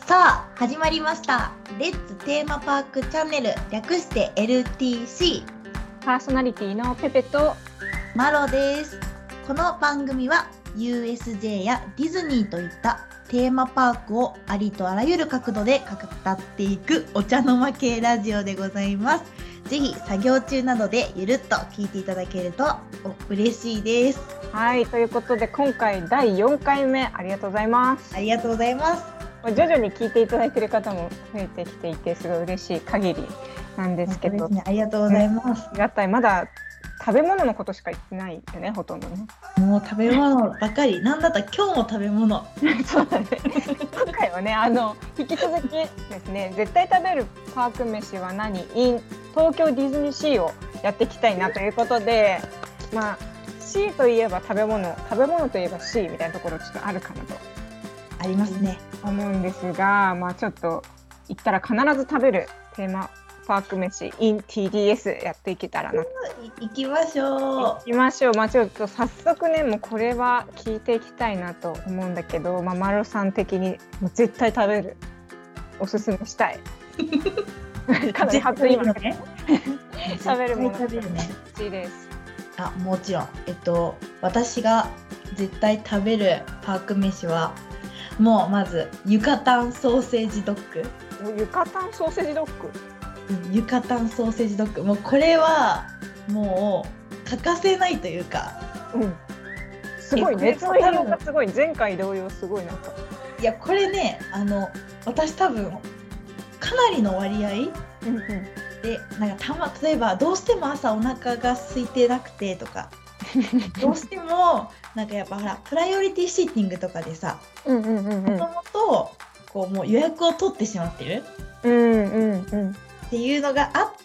さあ始まりましたレッツテーマパークチャンネル、略して LTC。 パーソナリティのペペとマロです。この番組は USJ やディズニーといったテーマパークをありとあらゆる角度で語っていくお茶の間系ラジオでございます。ぜひ作業中などでゆるっと聞いていただけると嬉しいです。 はい、ということで今回第4回目、ありがとうございます。 ありがとうございます。 徐々に聞いていただいている方も増えてきていて、すごい嬉しい限りなんですけど、 ありがとうございます。 ありがたい。まだ食べ物のことしか言ってないよね、ほとんどね。 もう食べ物ばかり。なんだったら今日も食べ物。 そうだね。今回はね、引き続きですね、絶対食べるパーク飯は何 in 東京ディズニーシーをやっていきたいなということで、まあ C といえば食べ物といえば C みたいなところちょっとあるかなとありますね。 思うんですが、まあちょっと行ったら必ず食べるテーマパーク飯 in TDS やっていけたらなと。 行きましょう。 まあちょっと早速ね、もうこれは聞いていきたいなと思うんだけど、まあマロさん的にもう絶対食べる、おすすめしたいかなり初今ね食べるものが欲しいです。 あ、もちろん。私が絶対食べるパーク飯はもうまずユカタンソーセージドッグ。 ユカタンソーセージドッグ。 ユカタンソーセージドッグ。もうこれはもう欠かせないというか。 すごい熱の入りがすごい、前回同様すごいなんか。 いやこれね、私多分かなりの割合。でなんか例えばどうしても朝お腹が空いてなくてとかどうしてもなんかやっぱほらプライオリティシーティングとかでさ、もともとこうもう予約を取ってしまってるっていうのがあって、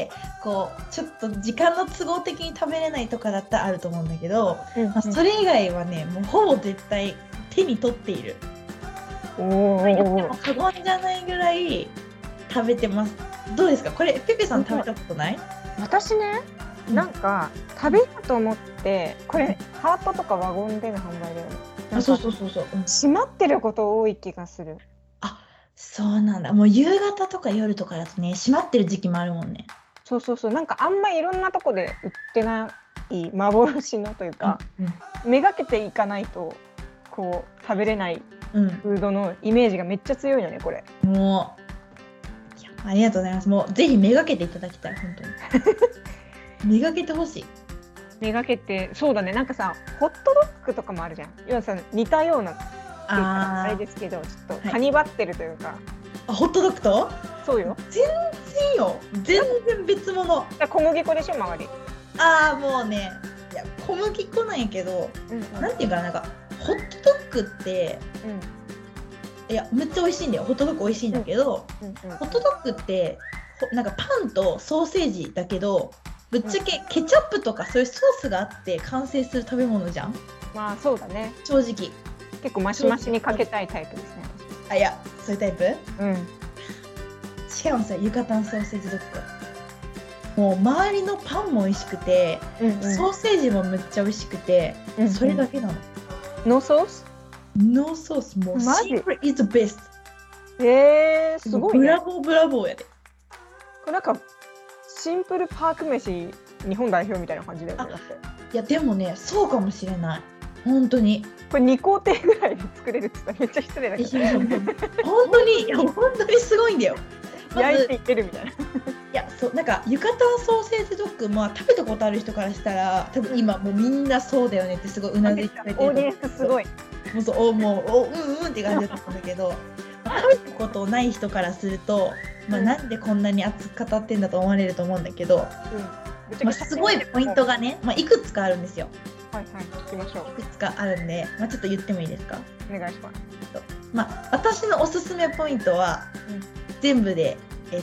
こうちょっと時間の都合的に食べれないとかだったらあると思うんだけど、それ以外はねもうほぼ絶対手に取っている。言っても過言じゃないぐらい食べてます。どうですかこれ？ペペさん食べたことない？ 私ね、なんか食べようと思ってこれハートとかワゴンでの販売だよね。 そう、 閉まってること多い気がする。 あ、そうなんだ。もう夕方とか夜とかだとね閉まってる時期もあるもんね。 そうなんかあんまいろんなとこで売ってない幻のというか、めがけていかないとこう食べれないフードのイメージがめっちゃ強いのねこれ。 もうありがとうございます。もうぜひめがけていただきたい、本当に。めがけてほしい。 めがけて、そうだね。なんかさ、ホットドッグとかもあるじゃん。要はさ、似たようなあれですけど、ちょっとカニバってるというか。 ホットドッグと？そうよ。 全然よ。全然別物。 小麦粉でしょ、周り。 もうね、いや小麦粉なんやけど、なんていうかなんかホットドッグって。いやめっちゃ美味しいんだよ。ホットドッグ美味しいんだけど、ホットドッグってなんかパンとソーセージだけど、ぶっちゃけケチャップとかそういうソースがあって完成する食べ物じゃん。 まあそうだね。 正直結構マシマシにかけたいタイプですね。 いやそういうタイプ？違うんですよ。ユカタンソーセージドッグ。もう周りのパンも美味しくて、ソーセージもめっちゃ美味しくて、それだけなの。 ノーソース？ ノーソース。もうシンプル is the best。 すごいね。 ブラボーやで。 これなんかシンプルパーク飯日本代表みたいな感じだよね。だって。 いやでもね、そうかもしれない。本当に。 これ2工程ぐらいで作れるって言ったらめっちゃ失礼だけど。 本当に、いや本当にすごいんだよ。 焼いていけるみたいな。 いやそうなんかユカタンソーセージドッグ、食べたことある人からしたら多分今もうみんなそうだよねってすごいうなずいてくれてる。 オーディエンスすごい。 って感じだったんだけど、食べたことない人からすると、なんでこんなに熱く語ってんだと思われると思うんだけど、すごいポイントがね、いくつかあるんですよ。 聞きましょう。いくつかあるんで、ちょっと言ってもいいですか？ お願いします。 私のおすすめポイントは、全部で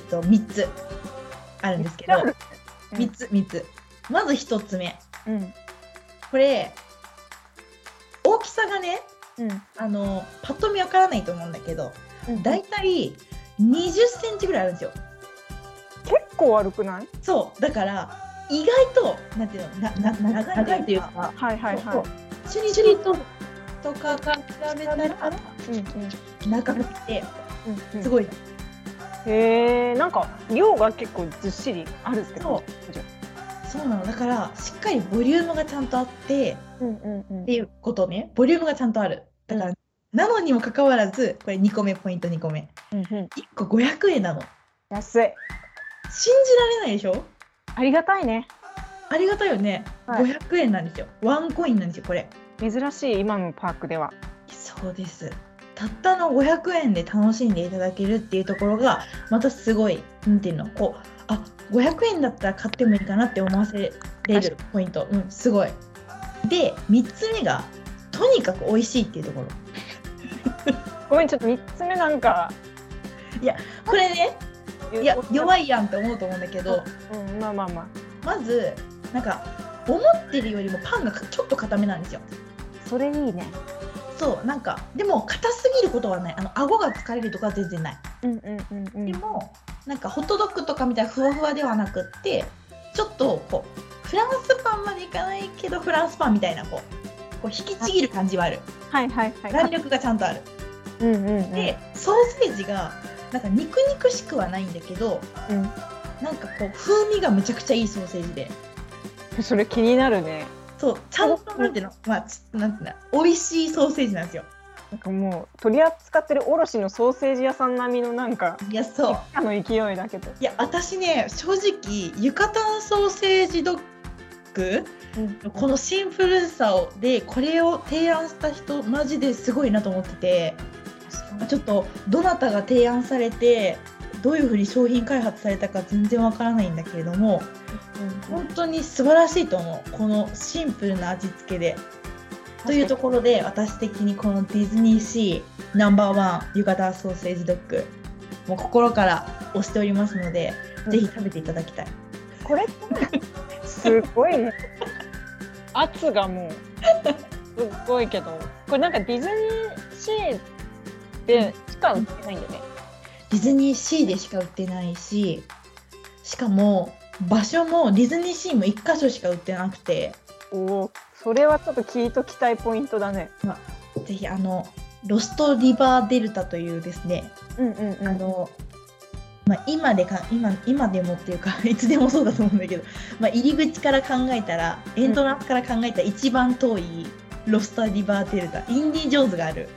3つあるんですけど、3つ。まず1つ目、これ大きさがね、パッと見わからないと思うんだけど、だいたい20センチぐらいあるんですよ。 結構悪くない？ そうだから意外となんていうの長いというか、チュニチュニとかが比べたら長くて、 すごいの。 へえ、なんか量が結構ずっしりあるって感じ。 そうなの。だからしっかりボリュームがちゃんとあって、っていうことね。ボリュームがちゃんとある。だから、なのにもかかわらず、これ2個目、ポイント2個目。1個500円なの。 安い。 信じられないでしょ？ ありがたいね。 ありがたいよね。500円なんですよ。ワンコインなんですよ、これ。 珍しい、今のパークでは。 そうです。たったの500円で楽しんでいただけるっていうところがまたすごい、なんていうの、こう、500円だったら買ってもいいかなって思わせれるポイント。すごい。で、3つ目がとにかく美味しいっていうところ。 ごめん、ちょっと3つ目なんか、 いやこれね、弱いやんって思うと思うんだけど、まずなんか思ってるよりもパンがちょっと固めなんですよ。 それいいね。 そうなんかでも硬すぎることはない。顎が疲れるとかは全然ない。でもなんかホットドッグとかみたいなふわふわではなくって、ちょっとこうフランスパンまでいかないけどフランスパンみたいなこう引きちぎる感じはある。弾力がちゃんとある。でソーセージがなんか肉々しくはないんだけど、なんかこう風味がむちゃくちゃいいソーセージで。 それ気になるね。 そうちゃんとなんていうの、なんていうの、美味しいソーセージなんですよ。 なんかもう取り扱ってる卸のソーセージ屋さん並みのなんか、 いやそうの勢いだけど。 いや私ね、正直ユカタンソーセージドッグ、このシンプルさでこれを提案した人マジですごいなと思ってて、ちょっとどなたが提案されてどういうふうに商品開発されたか全然わからないんだけれども、本当に素晴らしいと思う、このシンプルな味付けで。というところで私的にこのディズニーシーNo.1ユカタンソーセージドッグ、もう心から推しておりますので、ぜひ食べていただきたい。 これすごいね。圧がもうすごいけど、これなんかディズニーシーでしか売ってないんだよね。 ディズニーシーでしか売ってないし、しかも場所もディズニーシーも1箇所しか売ってなくて。 それはちょっと聞いときたいポイントだね。 ぜひロストリバーデルタというですね、今でもっていうかいつでもそうだと思うんだけど、入り口から考えたら、エントランスから考えたら一番遠いロストリバーデルタ、インディ・ジョーンズがある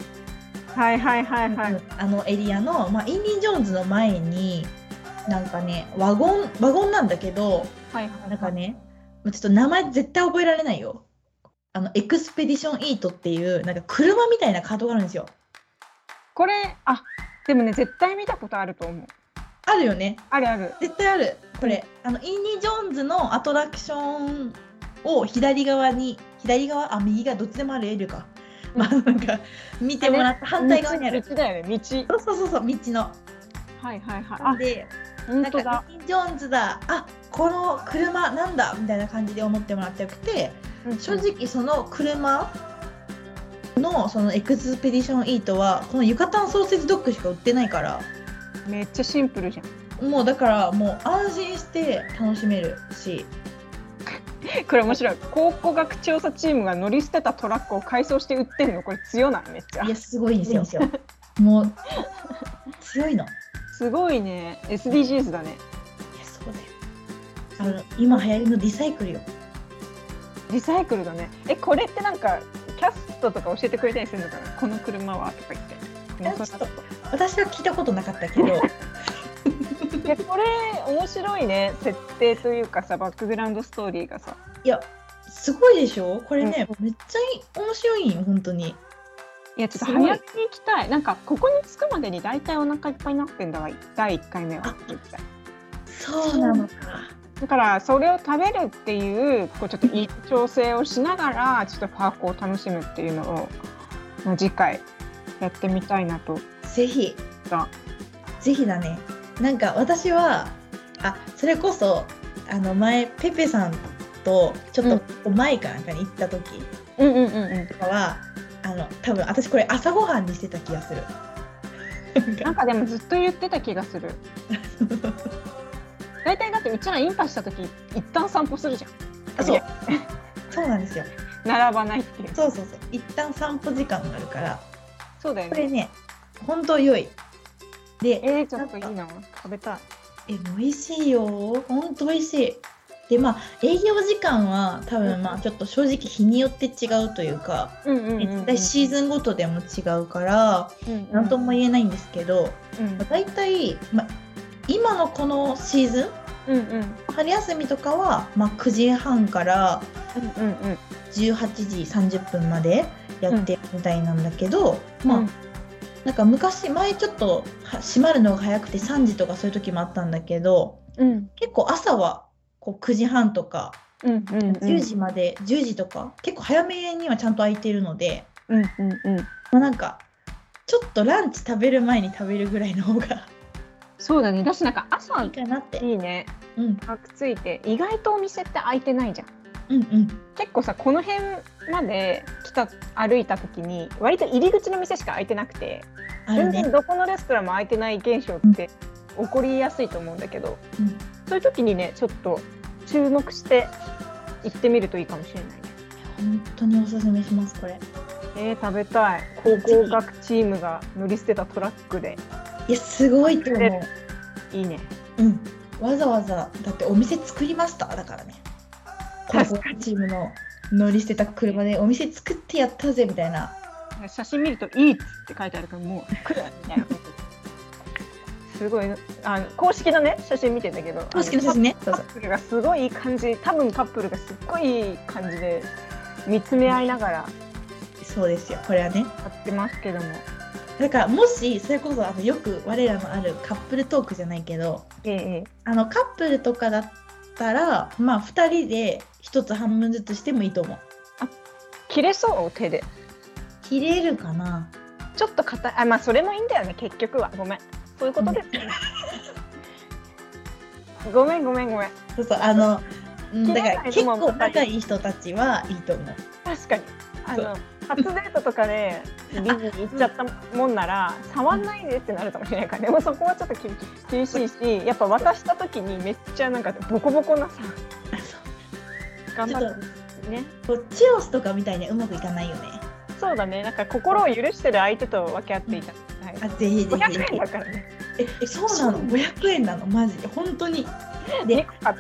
エリアの、インディ・ジョーンズの前になんかね、ワゴンなんだけど、なんかね、ちょっと名前絶対覚えられないよ。エクスペディションイートっていうなんか車みたいなカートがあるんですよ。 これでもね、絶対見たことあると思う。 あるよね。 ある絶対ある。これインディ・ジョーンズのアトラクションを右側右側どっちでもあるエリアか、なんか見てもらった反対側にある道だよね。道。 そう道の。で、 本当だ。 インディ・ジョーンズだ、この車なんだみたいな感じで思ってもらってよくて、正直その車のそのエクスペディションイートはこのユカタンソーセージドッグしか売ってないから、 めっちゃシンプルじゃん。 もうだからもう安心して楽しめるし。 これ面白い。考古学調査チームが乗り捨てたトラックを改装して売ってるの、これ強ない？めっちゃ。 いやすごいんですよ。もう強いの。 すごいね。SDGs だね。 いやそうだよ。今流行りのリサイクルよ。 リサイクルだね。これってなんかキャストとか教えてくれたりするのかな、この車はとか言って。 私は聞いたことなかったけどこれ面白いね、設定というかさ、バックグラウンドストーリーがさ。 いやすごいでしょこれね、めっちゃ面白いよ本当に。 いやちょっと早めに行きたい。なんかここに着くまでに大体お腹いっぱいになってんだわ、第1回目は。 そうなのか。 だからそれを食べるっていうちょっといい調整をしながらちょっとパークを楽しむっていうのを次回やってみたいなと。 ぜひだね。なんか私はそれこそ前ペペさんとちょっと前かなんかに行った時とかは多分私これ朝ごはんにしてた気がする。 なんかでもずっと言ってた気がする。大体だってうちらインパした時一旦散歩するじゃん。 そうなんですよ。 並ばないっていう。 そう一旦散歩時間があるから。 そうだよね。 これね本当良い。 で、 ちょっといいな、食べたい。 美味しいよ。ほんと美味しい。で、営業時間は多分ちょっと正直日によって違うというか、絶対シーズンごとでも違うから、なんとも言えないんですけど、だいたい、今のこのシーズン、春休みとかは、9時半から18時30分までやってるみたいなんだけど、なんか前ちょっと閉まるのが早くて3時とかそういう時もあったんだけど、結構朝はこう9時半とか10時まで、10時とか結構早めにはちゃんと空いてるので、なんかちょっとランチ食べる前に食べるぐらいの方がそうだね。だしなんか朝いいかなって。 いいね。パクついて意外とお店って開いてないじゃん。結構さ、この辺まで歩いた時に割と入り口の店しか開いてなくて、全然どこのレストランも開いてない現象って起こりやすいと思うんだけど、そういう時にねちょっと注目して行ってみるといいかもしれないね。 本当におすすめしますこれ。 食べたい。考古学チームが乗り捨てたトラックで。 いやすごいと思う。 いいね。 わざわざだってお店作りましただからね。考古学チームの乗り捨てた車でお店作ってやったぜみたいな。 写真見るといいって書いてあるからもう来るみたいな。すごい公式のね写真見てんだけど、 公式の写真ね、 カップルがすごいいい感じ、多分カップルがすっごいいい感じで見つめ合いながら、 そうですよこれはねやってますけども、 だからもしそれこそよく我らのあるカップルトークじゃないけど、カップルとかだったら2人で1つ半分ずつしてもいいと思う。 切れそう手で。 切れるかな。 ちょっと硬い。それもいいんだよね結局は。ごめん。そういうことですよね。ごめん。 そうだから結構仲いい人たちはいいと思う。 確かに初デートとかでビジに行っちゃったもんなら触んないでってなるかもしれないから、でもそこはちょっと厳しいし、やっぱ渡した時にめっちゃなんかボコボコなさ頑張ってね。 チュロスとかみたいにうまくいかないよね。 そうだね。なんか心を許してる相手と分け合っていた。 ぜひぜひ。 500円だからね。 そうなの。500円なのマジで本当に。 で2個買って。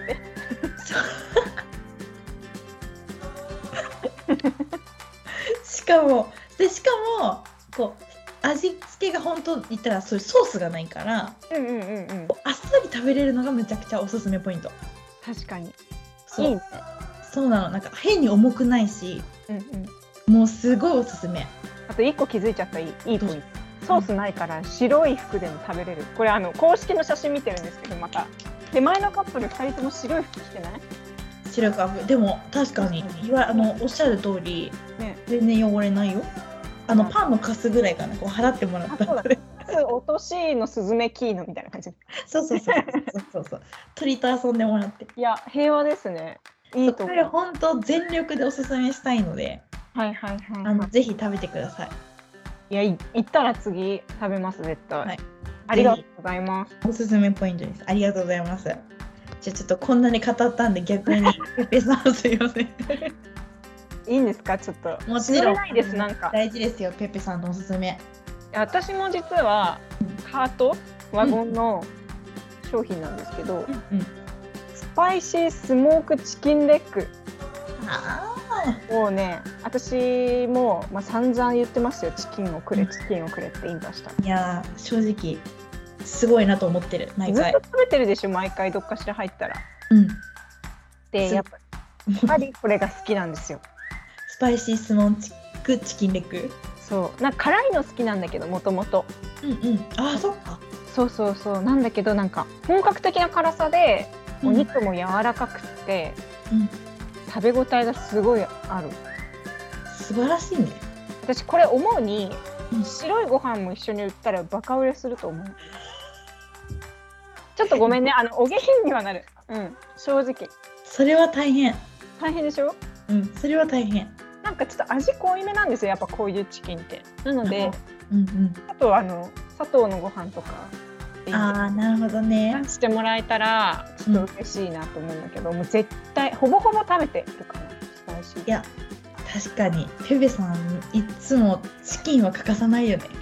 しかもこう味付けが本当言ったらそういうソースがないから、あっさり食べれるのがめちゃくちゃおすすめポイント。 確かに。 いいね。そうなの。なんか変に重くないし、もうすごいおすすめ。あと1個気づいちゃったいいポイント。ソースないから白い服でも食べれる。これ公式の写真見てるんですけど、また手前のカップル2人とも白い服着てない？ 白い服でも確かにおっしゃる通り、全然汚れないよ。パンのカスぐらいかな、こう払ってもらったら。 落としのスズメキーノみたいな感じ。 そう。鳥と遊んでもらって。 いや平和ですね。いいと思う。 これ本当全力でおすすめしたいので、ぜひ食べてください。 いや行ったら次食べます絶対。ありがとうございます。 おすすめポイントです。ありがとうございます。じゃあちょっとこんなに語ったんで逆にペペさんすいません。いいんですか？ちょっともちろんないです。なんか大事ですよペペさんのおすすめ。 私も実はカートワゴンの商品なんですけど、スパイシースモークチキンレッグ。もうね、私も散々言ってますよ。チキンをくれってインパした。 いや正直すごいなと思ってる。毎回ずっと食べてるでしょ。毎回どっかしら入ったら。でやっぱりこれが好きなんですよ。 スパイシースモークチキンレッグ。 そうなんか辛いの好きなんだけどもともと。 そっか。 そうなんだけどなんか本格的な辛さでお肉も柔らかくて、食べ応えがすごいある。 素晴らしいね。 私これ思うに、白いご飯も一緒に売ったらバカ売れすると思う。ちょっとごめんね、お下品にはなる。正直。 それは大変。 大変でしょ？ それは大変。 なんかちょっと味濃いめなんですよ。やっぱこういうチキンって。なので、あと砂糖のご飯とか。 なるほどね。 してもらえたらちょっと嬉しいなと思うんだけど、もう絶対ほぼほぼ食べてるかな。スパイシー。 いや確かにペペさんいつもチキンは欠かさないよね。 し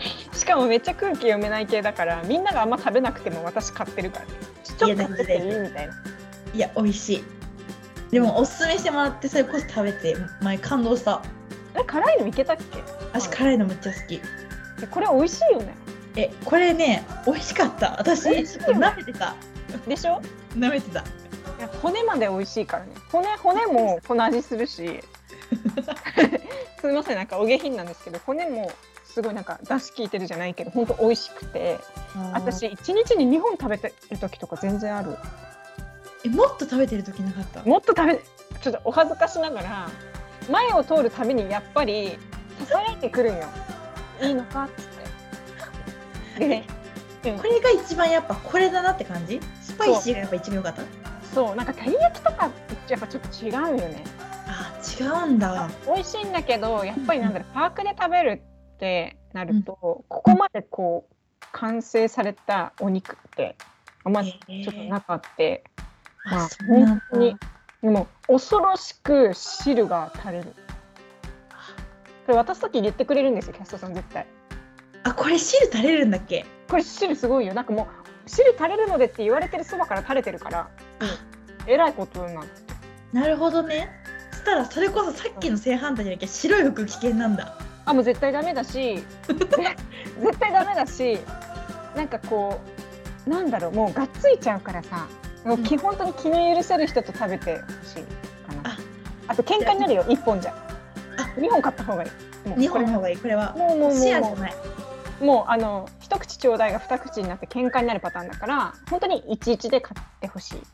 しかもめっちゃ空気読めない系だからみんながあんま食べなくても私買ってるからね。ちょっと食べていいみたいな。 いや美味しい。でもおすすめしてもらってそれこそ食べて前感動した。 辛いのいけたっけ？ 私辛いのめっちゃ好き。 これ美味しいよね。 これね美味しかった。私舐めてた。 でしょ？ 舐めてた。 いや骨まで美味しいからね。骨もこの味するしすみませんなんかお下品なんですけど骨もすごいなんか出汁効いてるじゃないけど本当美味しくて、私1日に2本食べてる時とか全然ある。 もっと食べてる時なかった？ もっとちょっとお恥ずかしながら前を通るたびにやっぱりささやいてくるんよ。いいのかっつってで、 これが一番やっぱこれだなって感じ？スパイシーがやっぱ一番良かった？ そうなんか照り焼きとかってやっぱちょっと違うよね。 違うんだ。 美味しいんだけどやっぱりなんだろう、パークで食べるってなると、ここまでこう完成されたお肉ってあんまちょっとなかった。本当にでも恐ろしく汁が垂れる。これ渡す時に言ってくれるんですよキャストさん絶対。 これ汁垂れるんだっけ？ これ汁すごいよ。なんかもう汁垂れるのでって言われてるそばから垂れてるから、えらいことになって。 なるほどね。そしたらそれこそさっきの正反対じゃなきゃ白い服危険なんだ。 もう絶対ダメだし絶対ダメだし、なんかこうなんだろうもうがっついちゃうからさ、もう基本的に気の許せる人と食べてほしいかな。あと喧嘩になるよ1本じゃ。2本買った方がいい。 2本の方がいい。これはもうシェアじゃない。 もう一口ちょうだいが二口になって喧嘩になるパターンだから本当に11で買ってほしい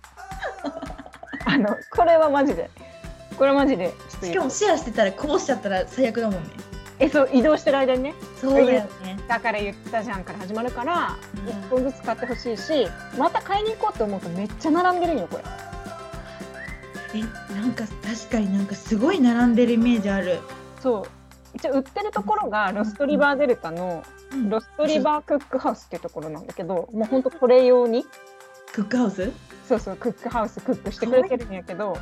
これはマジでちょっと。 しかもシェアしてたらこぼしちゃったら最悪だもんね。 そう移動してる間にね。 そうだよね。 だから言ったじゃんから始まるから1本ずつ買ってほしいし、また買いに行こうと思うとめっちゃ並んでるんよこれ。 なんか確かになんかすごい並んでるイメージある。 そう一応売ってるところがロストリバーデルタのロストリバークックハウスっていうところなんだけど、もうほんとこれ用にクックハウス？ そうクックハウスクックしてくれてるんやけど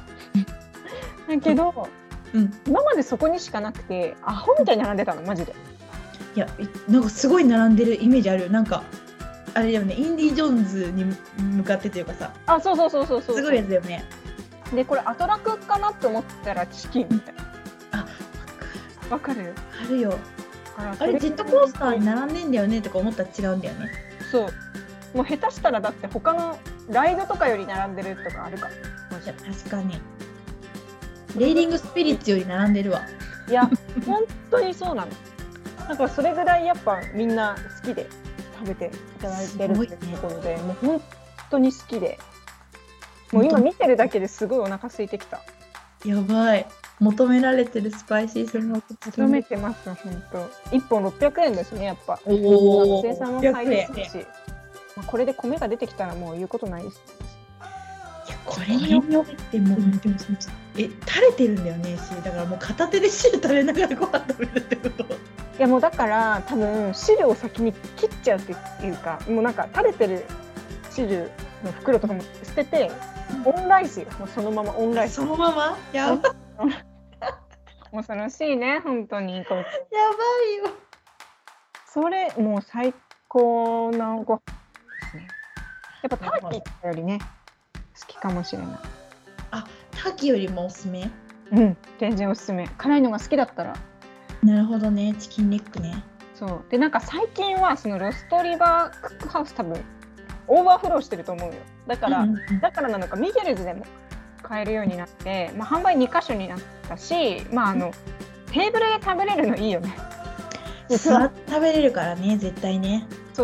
今までそこにしかなくてアホみたいに並んでたのマジで。 いやなんかすごい並んでるイメージある。なんかあれだよね、インディ・ジョーンズに向かってというかさ。 そうすごいやつだよね。 でこれアトラクかなって思ったらチキンみたいな。わかる？ あるよ。あれジェットコースターに並んでんだよねとか思ったら違うんだよね。 そうもう下手したらだって他のライドとかより並んでるとかあるか。 確かにレイディングスピリッツより並んでるわ。 いや本当にそうなの。だからそれぐらいやっぱみんな好きで食べていただいてるっていうところで、もう本当に好きで、もう今見てるだけですごいお腹空いてきた。 やばい。求められてるスパイシーさが求めてます本当。1本600円ですねやっぱ。生産も最低ですし、これで米が出てきたらもう言うことないです。 いやこれによってもう垂れてるんだよね。だからもう片手で汁垂れながらご飯食べるってこと。 いやもうだから多分汁を先に切っちゃうっていうか、もうなんか垂れてる汁の袋とかも捨ててオンライスよ。もうそのままオンライス。 そのまま？やばい。 恐ろしいね本当に。やばいよ。 それもう最高のご飯ですね。やっぱターキーよりね好きかもしれない。 ターキーよりもおすすめ？ 全然おすすめ。辛いのが好きだったら。 なるほどね。チキンレッグね。 そうでなんか最近はそのロストリバークックハウス多分オーバーフローしてると思うよ。だからなのかミゲルズでも買えるようになって、販売2カ所になったし、テーブルで食べれるのいいよね。 座って食べれるからね絶対ね。 そう、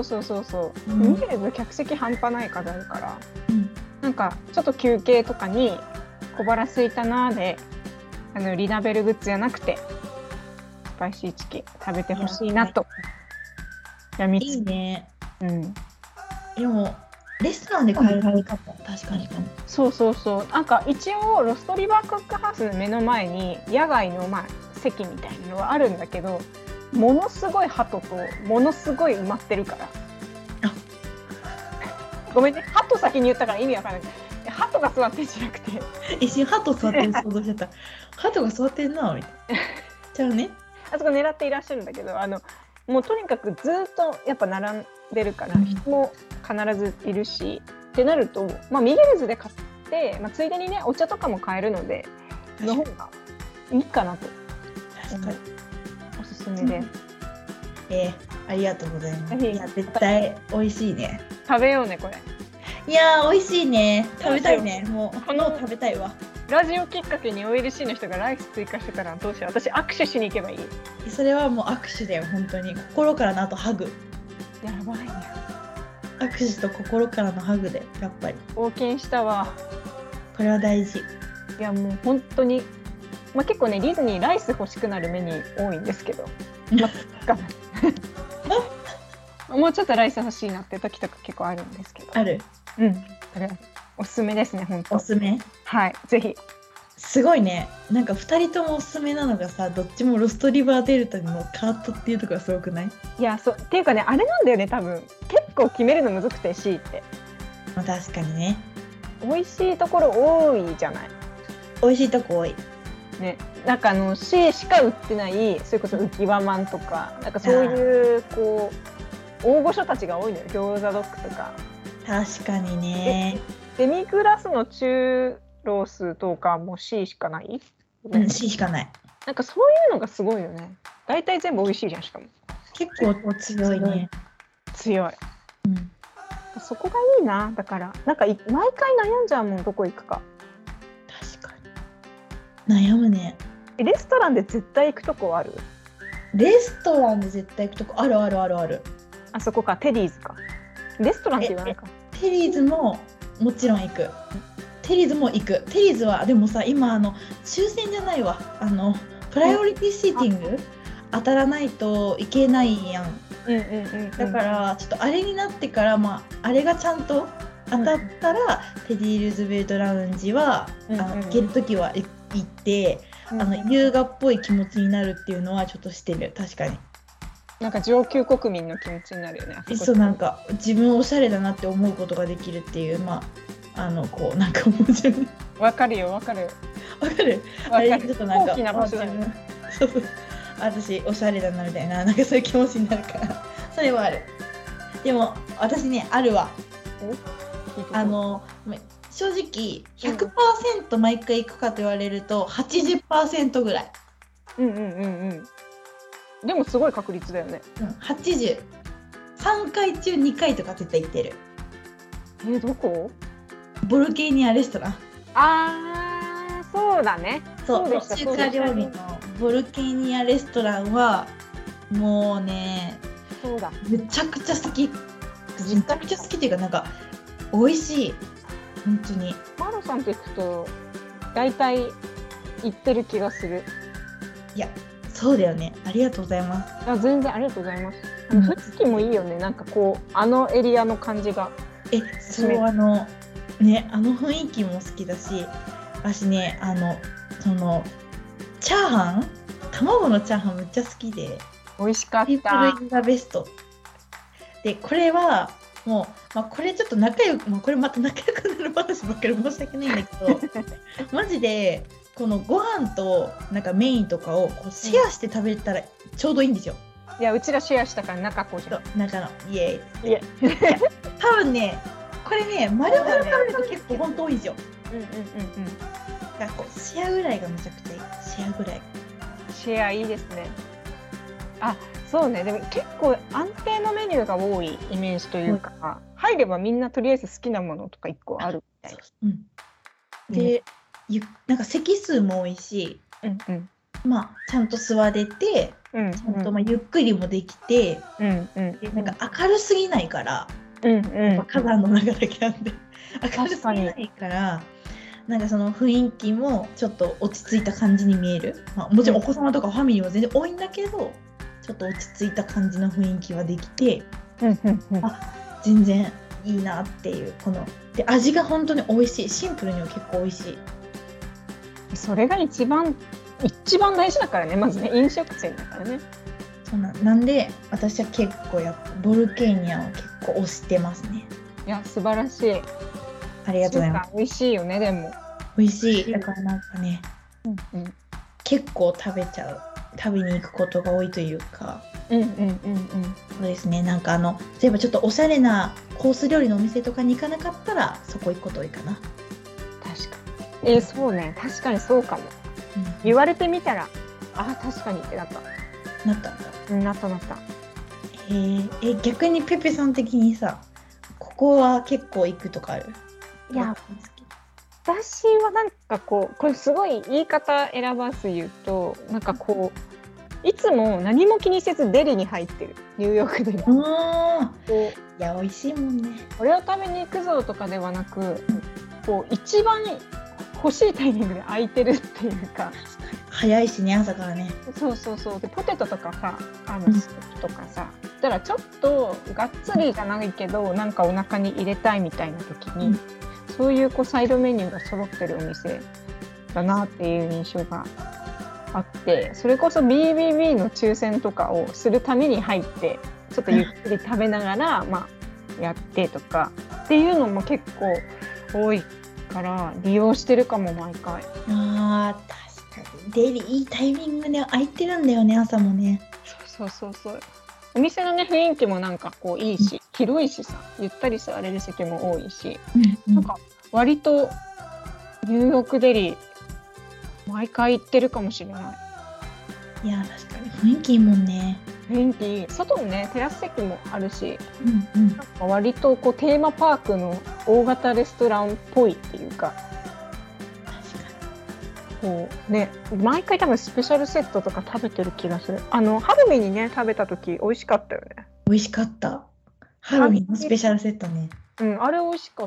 ミゲルズ客席半端ない数あるから、なんかちょっと休憩とかに小腹空いたなーでリナベルグッズじゃなくてスパイシーチキン食べてほしいなと。 いいね。でもレストランで買える食べ方確かにかも。 そうなんか一応ロストリバークックハウスの目の前に野外の席みたいなのはあるんだけど、ものすごい鳩とものすごい埋まってるから。ごめんね鳩先に言ったから意味わからない。鳩が座ってんじゃなくて一瞬鳩座ってる想像しちゃった。鳩が座ってんなみたいな。じゃあねあそこ狙っていらっしゃるんだけどもうとにかくずっとやっぱ並んでるから人も必ずいるし、ってなると、ミゲルズで買って、ついでにねお茶とかも買えるのでの方がいいかなと。 確かにおすすめです。 ありがとうございます。いや絶対美味しいね。 食べようねこれ。 いや美味しいね。食べたいね。もう食べたいわ。 ラジオきっかけに OLC の人がライス追加してたらどうしよう。私握手しに行けばいい。 それはもう握手だよ本当に。心からのあとハグ。 やばいね。 握手と心からのハグでやっぱり。 冒険したわ。これは大事。 いやもう本当に。結構ねディズニーライス欲しくなるメニュー多いんですけど、もうちょっとライス欲しいなって時とか結構あるんですけど。 ある。 それおすすめですね本当。 おすすめ。 はいぜひ。 すごいね。なんか2人ともおすすめなのがさ、どっちもロストリバーデルタのカートっていうところがすごくない？ いやそうっていうかねあれなんだよね多分結構決めるのむずくて C って。 確かにね。 美味しいところ多いじゃない。 美味しいとこ多い。 ね、なんかC しか売ってないそれこそ浮き輪マンとかなんかそういうこう大御所たちが多いのよ。餃子ドッグとか。 確かにね。 デミグラスの中ロースとかも C しかない、 C しかない。 なんかそういうのがすごいよね。大体全部美味しいじゃん。しかも結構強いね。 強い、そこがいいな。だからなんか毎回悩んじゃうもんどこ行くか。 悩むね。 レストランで絶対行くとこある？ レストランで絶対行くとこある。 あそこか。テリーズか。レストランって言わないか。 テリーズももちろん行く。テリーズも行く。テリーズはでもさ今抽選じゃないわ。プライオリティシーティング当たらないといけないやん。だからちょっとあれになってからあれがちゃんと当たったら、テディ・ルーズベルトラウンジは行けるときは行って、優雅っぽい気持ちになるっていうのはちょっとしてる。確かになんか上級国民の気持ちになるよね。 そうなんか自分おしゃれだなって思うことができるっていうこうなんか面白い。 わかるよわかる。 あれちょっとなんか大きな場所だね。 私おしゃれだなみたいななんかそういう気持ちになるからそれはある。でも私ねあるわ。正直 100% 毎回行くかと言われると 80% ぐらい。 でもすごい確率だよね。 80。3回中2回とか絶対行ってる。 どこ？ ボルケーニアレストラン。 そうだね。 そう中華料理のボルケーニアレストランはもうねそうだめちゃくちゃ好き。めちゃくちゃ好きっていうかなんか美味しい本当に。 マロさんと行くと大体行ってる気がする。 いやそうだよね。ありがとうございます。 全然ありがとうございます。雰囲気もいいよね。なんかこうエリアの感じが。 そう雰囲気も好きだし、私ねチャーハン卵のチャーハンめっちゃ好きで。 美味しかった。 ピープルインザベストでこれはもう、これちょっと仲良く、これまた仲良くなる話ばっかり申し訳ないんだけどマジでこのご飯となんかメインとかをこうシェアして食べたらちょうどいいんですよ。 いやうちらシェアしたから仲こうじゃん。 中のイエーイ多分ねこれね丸々食べると結構本当多いんですよ。だからこうシェアぐらいがめちゃくちゃいい。シェアぐらい。 シェアいいですね。そうね。でも結構安定のメニューが多いイメージというか、入ればみんなとりあえず好きなものとか1個あるみたいな。で、なんか席数も多いし、ちゃんと座れて、ちゃんとゆっくりもできて、なんか明るすぎないから、火山の中だけなんで明るすぎないから。なんかその雰囲気もちょっと落ち着いた感じに見える。もちろんお子様とかファミリーも全然多いんだけど、ちょっと落ち着いた感じの雰囲気はできて、全然いいなっていうで味が本当に美味しい。シンプルには結構美味しい。 それが一番大事だからね。まずね飲食店だからね。 なんで私は結構ボルケーニアは結構推してますね。 いや素晴らしい。 ありがとうございます。 美味しいよね。でも美味しい。だからなんかね、結構食べに行くことが多いというか。 うんうんうんうん。 そうですね。なんか例えばちょっとおしゃれなコース料理のお店とかに行かなかったらそこ行くこと多いかな。 確かに。そうね。確かにそうかも。言われてみたら、あ、確かにってなった。 なったんだ。 なったなった。 逆にペペさん的にさ、ここは結構行くとかある？ いや、私はなんかこれすごい言い方選ばず言うと、なんかいつも何も気にせずデリに入ってる、ニューヨークデリ。 いや、美味しいもんね。 これを食べに行くぞとかではなく、一番欲しいタイミングで空いてるっていうか。 早いしね、朝からね。 そうそうそう。でポテトとかさ、スープとかさ、だからちょっとがっつりじゃないけど、なんかお腹に入れたいみたいな時に、そういうサイドメニューが揃ってるお店だなっていう印象があって、それこそ BBB の抽選とかをするために入ってちょっとゆっくり食べながら、やってとかっていうのも結構多いから利用してるかも、毎回。 確かにデリいいタイミングで空いてるんだよね、朝もね。 そうそうそう。お店のね、雰囲気もなんかいいし、広いしさ、ゆったり座れる席も多いし、なんか割とニューヨークデリ毎回行ってるかもしれない。 いや、確かに雰囲気いいもんね。 雰囲気いい。外もね、テラス席もあるし、なんか割とテーマパークの大型レストランっぽいっていうか、ね、毎回多分スペシャルセットとか食べてる気がする。ハロウィンにね、食べた時美味しかったよね。 美味しかった。ハロウィンのスペシャルセットね。 あれ美味しかった。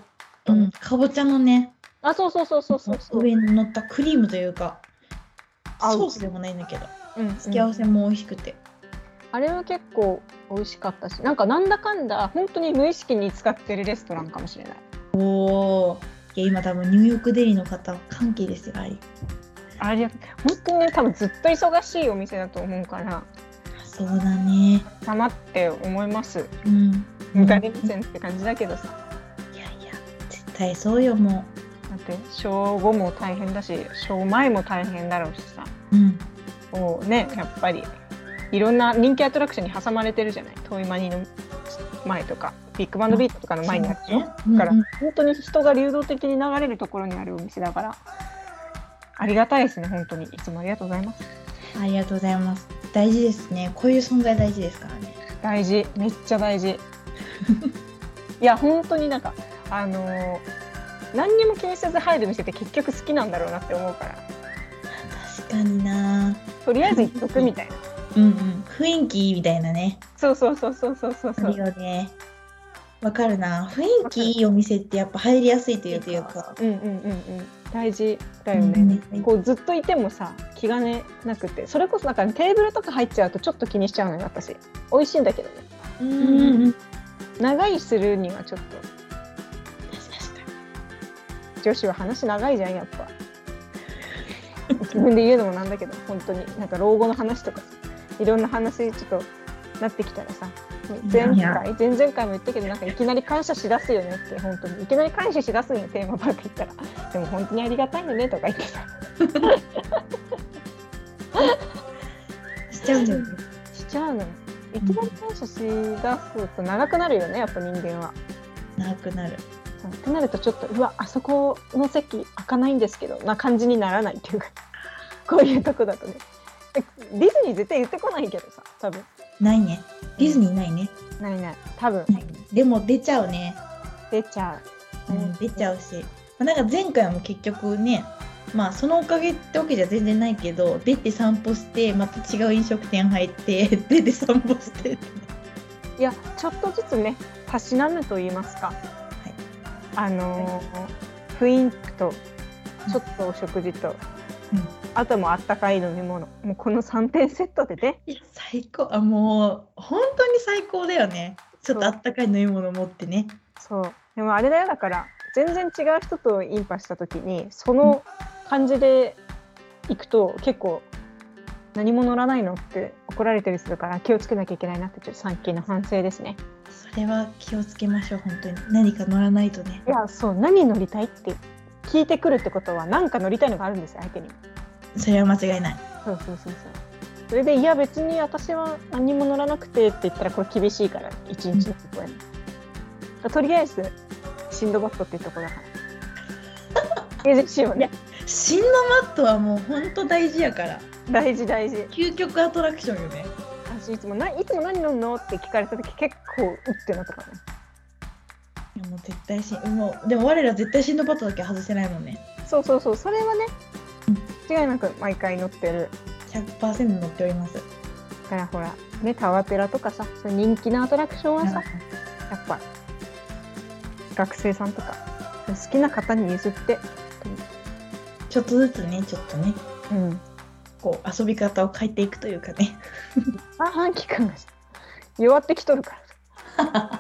かぼちゃのね。 そうそうそうそうそう。 上に乗ったクリームというか、ソースでもないんだけど、付け合わせも美味しくて。 あれは結構美味しかったし、なんだかんだ本当に無意識に使ってるレストランかもしれない。 いや、今多分ニューヨークデリの方歓喜ですよ、 あれ本当にね、多分ずっと忙しいお店だと思うから。 そうだね。 様って思います。誰目線って感じだけどさ。 いやいや、絶対そうよ、もう。 だってショー後も大変だし、ショー前も大変だろうしさ。ね、やっぱりいろんな人気アトラクションに挟まれてるじゃない。トイマニの前とかビッグバンドビートとかの前にあるよ。だから本当に人が流動的に流れるところにあるお店だから、ありがたいですね。本当にいつもありがとうございます。 ありがとうございます。大事ですね。こういう存在大事ですからね。 大事、めっちゃ大事。いや本当になんか何にも気にせず入る店って結局好きなんだろうなって思うから。 確かにな。 とりあえず行っとくみたいな。 雰囲気みたいなね。 そう。 あるよね。わかるな。雰囲気いいお店ってやっぱ入りやすいというか。 大事だよね。ずっといてもさ、気兼ねなくて、それこそなんかテーブルとか入っちゃうとちょっと気にしちゃうのよ、私。美味しいんだけどね。長いするにはちょっと。女子は話長いじゃん、やっぱ。自分で言うのもなんだけど、本当になんか老後の話とかいろんな話ちょっとなってきたらさ、前々回も言ったけど、なんかいきなり感謝しだすよねって、本当にいきなり感謝しだすよね、テーマパーク行ったら。でも本当にありがたいのねとか言ってさしちゃうんだよね。 しちゃうの。いきなり感謝しだすと長くなるよね、やっぱ人間は。 長くなる。 ってなるとちょっと、うわ、あそこの席開かないんですけどな感じにならないっていうか、こういうとこだとね。ディズニー絶対言ってこないけどさ、多分ないね。ディズニーないね。 ない多分。 でも出ちゃうね。 出ちゃう。出ちゃうし、なんか前回も結局ね、そのおかげってわけじゃ全然ないけど、出て散歩してまた違う飲食店入って出て散歩していや、ちょっとずつね、たしなむと言いますか、雰囲気とちょっとお食事と、あともあったかい飲み物、もうこの3点セットでね。 いや、最高。もう本当に最高だよね。ちょっとあったかい飲み物持ってね。 そう。でもあれだよ、だから全然違う人とインパした時にその感じで行くと結構何も乗らないのって怒られたりするから、気をつけなきゃいけないなって、ちょっと最近の反省ですね。 それは気をつけましょう。本当に何か乗らないとね。 いや、そう、何乗りたいって聞いてくるってことは何か乗りたいのがあるんですよ、相手に。 それは間違いない。 そう。 それでいや別に私は何も乗らなくてって言ったらこれ厳しいから1日の1個やな、とりあえずシンドバッドっていうとこだから平日しようね。 シンドバッドはもうほんと大事やから。 大事究極アトラクションよね。 私いつも何乗るのって聞かれた時結構うってなったからね。 いやもう絶対もうでも我ら絶対シンドバッドだけ外せないもんね。 そうそれはね、間違いなく毎回乗ってる。 100% 乗っております。 だからほらね、タワペラとかさ、そういう人気なアトラクションはさ、やっぱ学生さんとか好きな方に譲ってちょっとずつね、ちょっとね、こう遊び方を変えていくというかね。 半期間が弱ってきとるから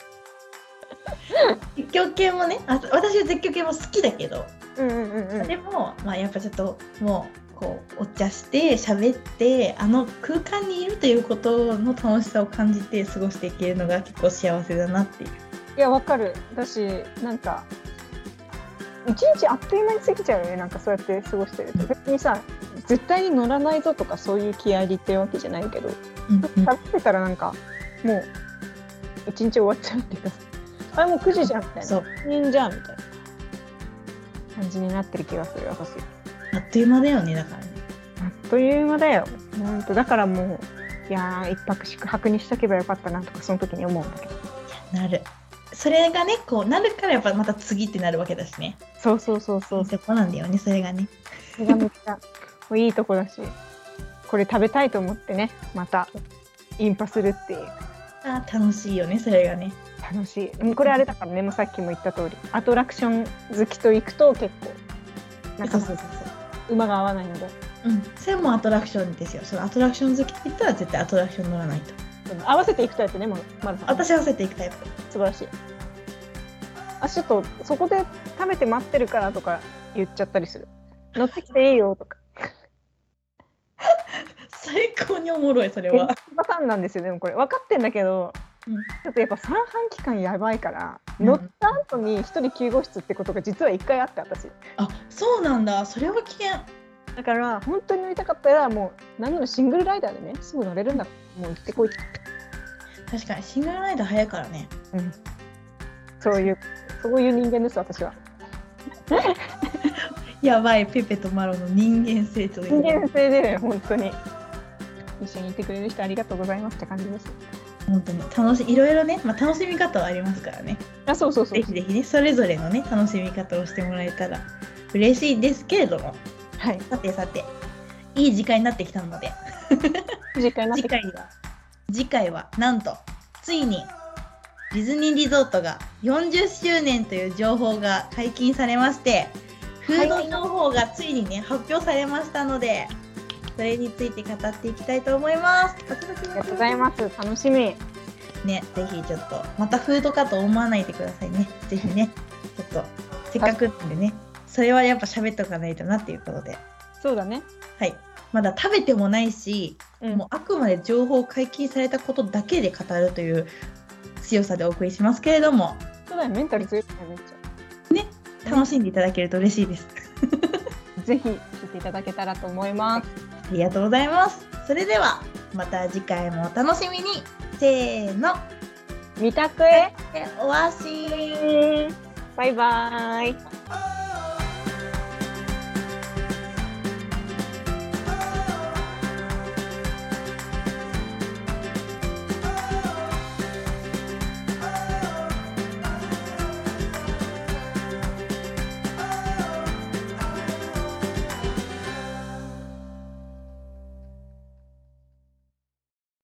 絶叫系もね、私は絶叫系も好きだけど、でも、まあ、やっぱちょっともうこうお茶して喋ってあの空間にいるということの楽しさを感じて過ごしていけるのが結構幸せだなっていう。 いやわかる。だしなんか一日あっという間に過ぎちゃうよね。なんかそうやって過ごしてると別にさ絶対に乗らないぞとかそういう気合いっていうわけじゃないけど、食べてたらなんかもう一日終わっちゃうっていうか、あれもう9時じゃんみたいな、 そう人じゃんみたいな感じになってる気がする私。 あっという間だよね。だからね、 あっという間だよ本当。だからもういや一泊宿泊にしとけばよかったなとかその時に思うんだけど。 なる。それがねこうなるからやっぱまた次ってなるわけだしね。 そういいとこなんだよねそれがね。 それがめっちゃいいとこだし、これ食べたいと思ってねまたインパするっていう。 楽しいよねそれがね。 楽しい。これあれだからね、もうさっきも言った通りアトラクション好きと行くと結構なんか馬が合わないので、 それもアトラクションですよ。そのアトラクション好きって言ったら絶対アトラクション乗らないと。 合わせていくタイプね、まるさん。 私合わせていくタイプ。 素晴らしい。ちょっとそこで食べて待ってるからとか言っちゃったりする。乗ってきていいよとか。 最高におもろいそれは。 パターンなんですよ。でもこれ分かってんだけど、ちょっとやっぱ三半期間やばいから、乗った後に一人救護室ってことが実は1回あって私。 そうなんだ。それは危険。 だから本当に乗りたかったらもう何なのシングルライダーでねすぐ乗れるんだからもう行ってこいって。 確かにシングルライダー早いからね。 そういう人間です私は。 やばいペペとマロの人間性という。 人間性で本当に一緒にいてくれる人ありがとうございますって感じです。 本当にいろいろね、楽しみ方はありますからね。 そうぜひぜひねそれぞれのね楽しみ方をしてもらえたら嬉しいですけれども、さていい時間になってきたので次回はなんとついにディズニーリゾートが40周年という情報が解禁されまして、フード情報がついにね発表されましたので、それについて語っていきたいと思います。 ありがとうございます。楽しみね。ぜひちょっとまたフードかと思わないでくださいね。ぜひねちょっとせっかくなんでねそれはやっぱ喋っておかないとなっていうことで。 そうだね。 まだ食べてもないし、もうあくまで情報解禁されたことだけで語るという強さでお送りしますけれども。 そうだよ、メンタル強いねめっちゃ。楽しんでいただけると嬉しいです。 ぜひ聞いていただけたらと思います。 ありがとうございます。それではまた次回もお楽しみに。せーの。 みたくへおわし。 バイバーイ。